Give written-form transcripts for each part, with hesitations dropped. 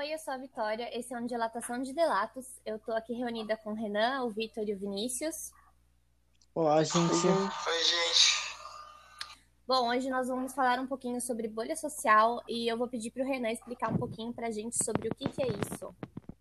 Oi, eu sou a Vitória, esse é um Dilatação de Delatos. Eu tô aqui reunida com o Renan, o Vitor e o Vinícius. Olá, gente. Oi, gente. Bom, hoje nós vamos falar um pouquinho sobre bolha social e eu vou pedir pro Renan explicar um pouquinho pra gente sobre o que é isso.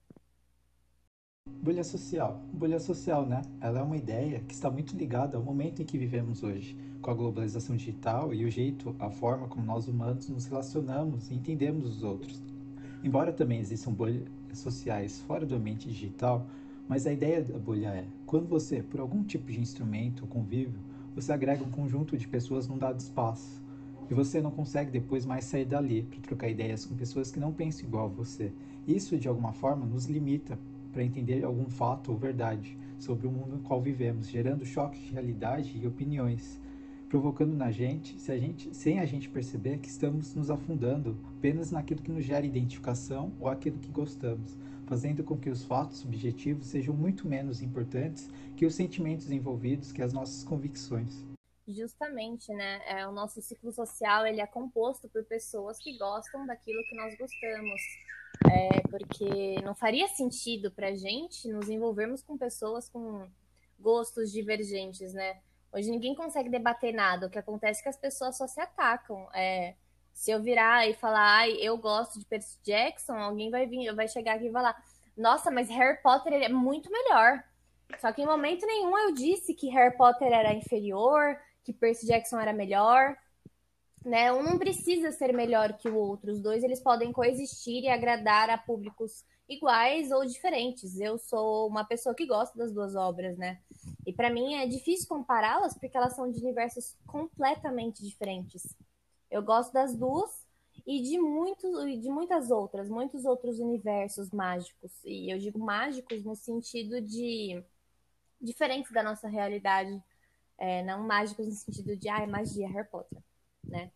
Bolha social. Bolha social, né? Ela é uma ideia que está muito ligada ao momento em que vivemos hoje, com a globalização digital e o jeito, a forma como nós humanos nos relacionamos e entendemos os outros. Embora também existam bolhas sociais fora do ambiente digital, mas a ideia da bolha é, quando você, por algum tipo de instrumento ou convívio, você agrega um conjunto de pessoas num dado espaço, e você não consegue depois mais sair dali para trocar ideias com pessoas que não pensam igual a você. Isso, de alguma forma, nos limita para entender algum fato ou verdade sobre o mundo no qual vivemos, gerando choques de realidade e opiniões, provocando na gente, sem a gente perceber que estamos nos afundando apenas naquilo que nos gera identificação ou aquilo que gostamos, fazendo com que os fatos subjetivos sejam muito menos importantes que os sentimentos envolvidos, que as nossas convicções. Justamente, né? O nosso ciclo social ele é composto por pessoas que gostam daquilo que nós gostamos. Porque não faria sentido pra gente nos envolvermos com pessoas com gostos divergentes, né? Hoje ninguém consegue debater nada. O que acontece é que as pessoas só se atacam. Se eu virar e falar, ai, eu gosto de Percy Jackson, alguém vai chegar aqui e falar, nossa, mas Harry Potter ele é muito melhor. Só que em momento nenhum eu disse que Harry Potter era inferior, que Percy Jackson era melhor, né? Um não precisa ser melhor que o outro. Os dois eles podem coexistir e agradar a públicos iguais ou diferentes. Eu sou uma pessoa que gosta das duas obras, né? E para mim é difícil compará-las porque elas são de universos completamente diferentes. Eu gosto das duas e de muitos outros universos mágicos. E eu digo mágicos no sentido de diferentes da nossa realidade, não mágicos no sentido de é magia, Harry Potter, né?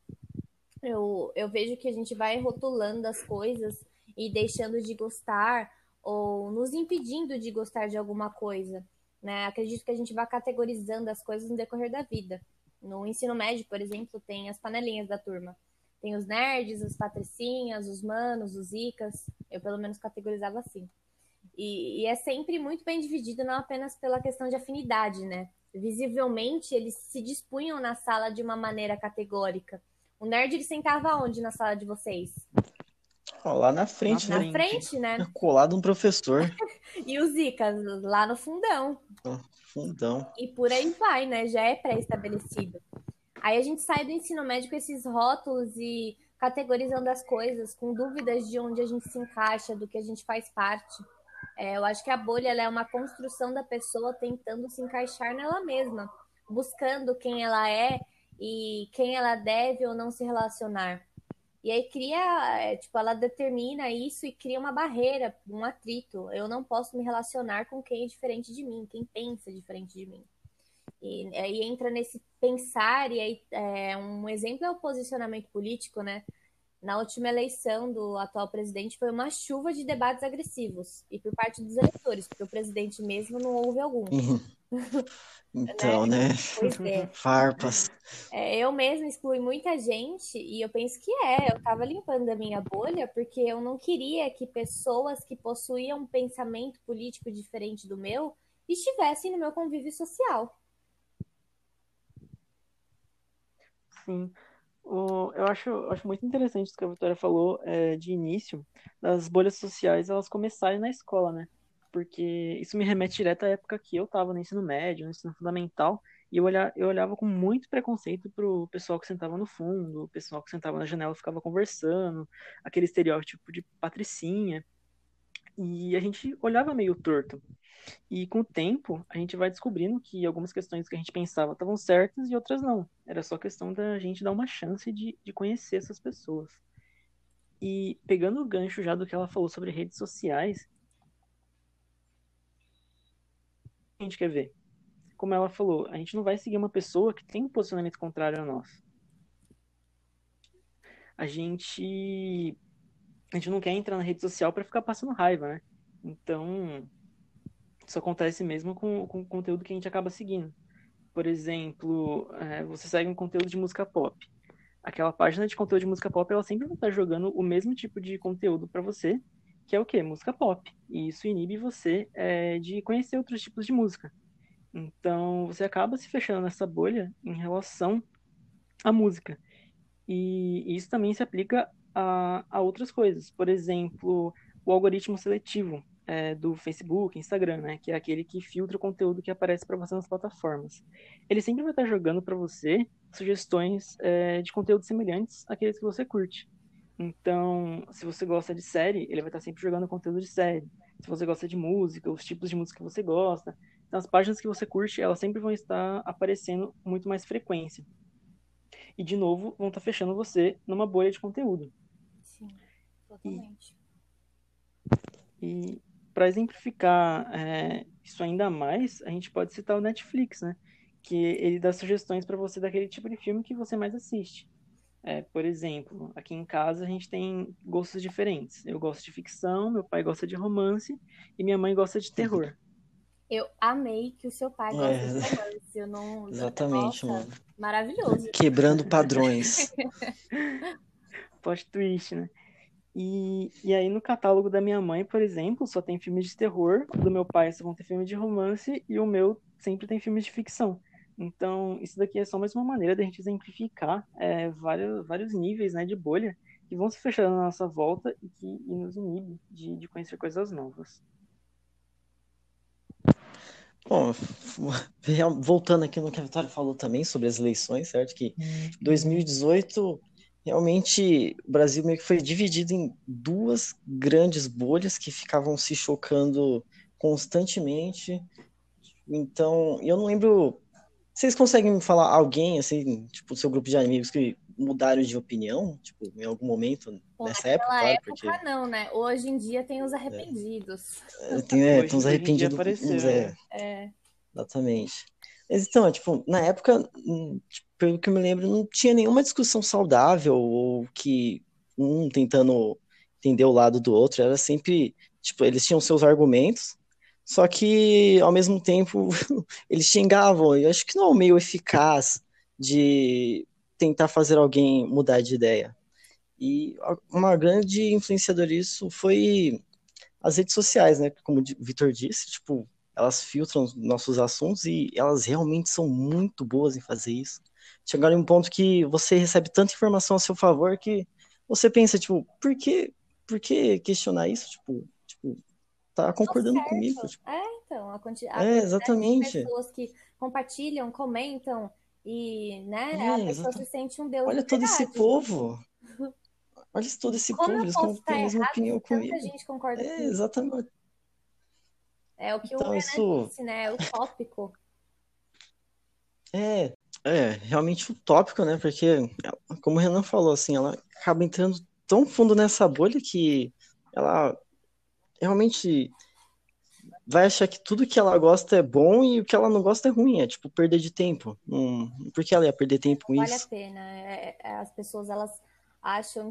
Eu vejo que a gente vai rotulando as coisas e deixando de gostar ou nos impedindo de gostar de alguma coisa, né? Acredito que a gente vai categorizando as coisas no decorrer da vida. No ensino médio, por exemplo, tem as panelinhas da turma. Tem os nerds, as patricinhas, os manos, os icas. Eu, pelo menos, categorizava assim. E é sempre muito bem dividido, não apenas pela questão de afinidade, né? Visivelmente, eles se dispunham na sala de uma maneira categórica. O nerd, ele sentava onde na sala de vocês? Lá na frente, Na né? frente, né? Colado no professor. E os Icas lá no fundão. Fundão. E por aí vai, né? Já é pré-estabelecido. Aí a gente sai do ensino médio com esses rótulos e categorizando as coisas, com dúvidas de onde a gente se encaixa, do que a gente faz parte. Eu acho que a bolha ela é uma construção da pessoa tentando se encaixar nela mesma, buscando quem ela é e quem ela deve ou não se relacionar. E aí ela determina isso e cria uma barreira, um atrito. Eu não posso me relacionar com quem é diferente de mim, quem pensa diferente de mim. E aí entra nesse pensar, e aí um exemplo é o posicionamento político, né? Na última eleição do atual presidente foi uma chuva de debates agressivos, e por parte dos eleitores, porque o presidente mesmo não houve algum. Então, né? Pois é. Farpas. Eu mesma excluí muita gente e eu penso que eu estava limpando a minha bolha porque eu não queria que pessoas que possuíam um pensamento político diferente do meu estivessem no meu convívio social. Sim. Eu acho muito interessante isso que a Vitória falou de início, das bolhas sociais elas começarem na escola, né? Porque isso me remete direto à época que eu estava no ensino médio, no ensino fundamental, e eu olhava com muito preconceito pro pessoal que sentava no fundo, o pessoal que sentava na janela e ficava conversando, aquele estereótipo de patricinha, e a gente olhava meio torto. E com o tempo, a gente vai descobrindo que algumas questões que a gente pensava estavam certas e outras não. Era só questão da gente dar uma chance de conhecer essas pessoas. E pegando o gancho já do que ela falou sobre redes sociais, a gente quer ver. Como ela falou, a gente não vai seguir uma pessoa que tem um posicionamento contrário a nós. A gente, a gente não quer entrar na rede social para ficar passando raiva, né? Então, isso acontece mesmo com o conteúdo que a gente acaba seguindo. Por exemplo, você segue um conteúdo de música pop. Aquela página de conteúdo de música pop, ela sempre vai estar jogando o mesmo tipo de conteúdo para você, que é o quê? Música pop. E isso inibe você de conhecer outros tipos de música. Então, você acaba se fechando nessa bolha em relação à música. E isso também se aplica a outras coisas. Por exemplo, o algoritmo seletivo do Facebook, Instagram, né? Que é aquele que filtra o conteúdo que aparece para você nas plataformas. Ele sempre vai estar jogando para você sugestões de conteúdos semelhantes àqueles que você curte. Então, se você gosta de série, ele vai estar sempre jogando conteúdo de série. Se você gosta de música, os tipos de música que você gosta. Então, as páginas que você curte, elas sempre vão estar aparecendo com muito mais frequência. E, de novo, vão estar fechando você numa bolha de conteúdo. Sim, E, totalmente. e para exemplificar isso ainda mais, a gente pode citar o Netflix, né? Que ele dá sugestões para você daquele tipo de filme que você mais assiste. Por exemplo, aqui em casa a gente tem gostos diferentes. Eu gosto de ficção, meu pai gosta de romance e minha mãe gosta de terror. Eu amei que o seu pai gosta de É, romance. Eu não. exatamente, Nossa, mano. maravilhoso. Quebrando padrões. Plot twist, né? E aí no catálogo da minha mãe, por exemplo, só tem filmes de terror, do meu pai só vão ter filmes de romance e o meu sempre tem filmes de ficção. Então, isso daqui é só mais uma maneira da gente exemplificar vários níveis, né, de bolha que vão se fechando na nossa volta e nos inibe de conhecer coisas novas. Bom, voltando aqui no que a Vitória falou também sobre as eleições, certo? Que 2018, realmente, o Brasil meio que foi dividido em duas grandes bolhas que ficavam se chocando constantemente. Então, eu não lembro. Vocês conseguem me falar alguém, assim, tipo, seu grupo de amigos que mudaram de opinião, tipo, em algum momento, Bom, nessa época, naquela claro, época porque não, né? Hoje em dia tem os arrependidos. tem uns Hoje em dia arrependidos, apareceram, né? exatamente. Mas então, tipo, na época, tipo, pelo que eu me lembro, não tinha nenhuma discussão saudável ou que um tentando entender o lado do outro, era sempre, tipo, eles tinham seus argumentos, só que ao mesmo tempo eles xingavam. Eu acho que não é um meio eficaz de tentar fazer alguém mudar de ideia. E uma grande influenciadora disso foi as redes sociais, né? Como o Vitor disse, tipo, elas filtram os nossos assuntos e elas realmente são muito boas em fazer isso. Chegaram em um ponto que você recebe tanta informação a seu favor que você pensa, tipo, por que questionar isso? Tipo, tá Tô concordando comigo. certo. Tipo, Então, a é, quantidade de exatamente. pessoas que compartilham, comentam e, né, a pessoa se Exatamente. sente um deus de Olha todo esse verdade. povo. Olha todo esse Como povo, eu eles posso estar têm a mesma errado opinião se tanta comigo. gente concorda É, comigo? exatamente. É o que o Então, Renan isso disse, né? É utópico. é, realmente utópico, né? Porque, como o Renan falou, assim, ela acaba entrando tão fundo nessa bolha que ela realmente vai achar que tudo que ela gosta é bom e o que ela não gosta é ruim. É tipo perder de tempo. Por que ela ia perder tempo com Vale a isso? pena. As pessoas, elas acham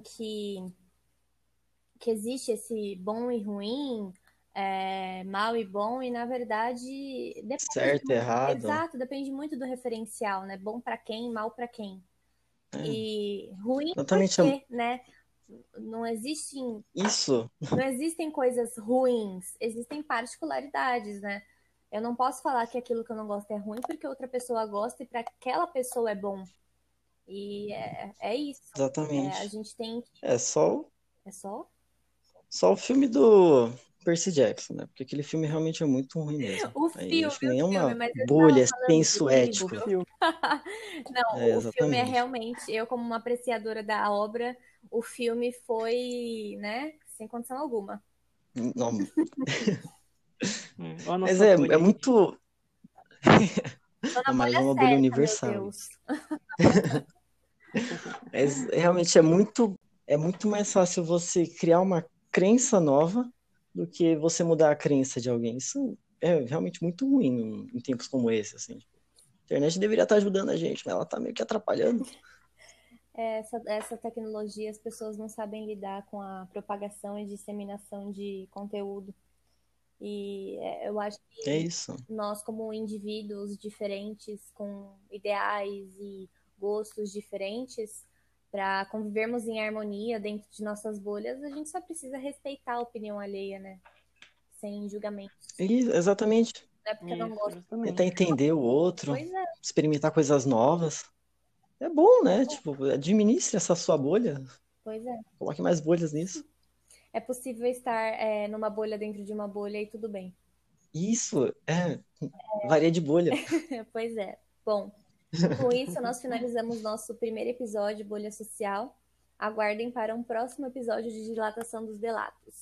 que existe esse bom e ruim, mal e bom, e na verdade depende Certo, errado. exato, depende muito do referencial, né? Bom para quem, mal para quem. É, E ruim por exatamente quê, né? Não existem, isso. não existem coisas ruins, existem particularidades, né? Eu não posso falar que aquilo que eu não gosto é ruim porque outra pessoa gosta e para aquela pessoa é bom. E é isso. A Exatamente. gente tem. É É só? só o filme do Percy Jackson, né? Porque aquele filme realmente é muito ruim mesmo. O Aí filme, acho que nem é o filme, uma mas eu estava bolha, falando do senso O ético. livro. filme. Não, É, o filme é exatamente. realmente, eu como uma apreciadora da obra, o filme foi, né, sem condição alguma. Não, Olha a mas nossa é bolha aí. muito. Tô É na mais bolha uma bolha certa, meu universal Deus. isso. Mas realmente é muito mais fácil você criar uma crença nova do que você mudar a crença de alguém. Isso é realmente muito ruim em tempos como esse, assim. A internet deveria estar ajudando a gente, mas ela tá meio que atrapalhando. Essa tecnologia, as pessoas não sabem lidar com a propagação e disseminação de conteúdo. E eu acho É que isso. nós, como indivíduos diferentes, com ideais e gostos diferentes, para convivermos em harmonia dentro de nossas bolhas, a gente só precisa respeitar a opinião alheia, né? Sem julgamento. Exatamente. Não é porque eu não Isso, gosto. justamente. Tentar entender o outro, Pois é, experimentar coisas novas. É bom, né? Tipo, administre essa sua bolha. pois é. Coloque mais bolhas nisso. É possível estar numa bolha dentro de uma bolha e tudo bem. Isso, varia de bolha. Pois é. Bom, com isso nós finalizamos nosso primeiro episódio, Bolha Social. Aguardem para um próximo episódio de Dilatação dos Delatos.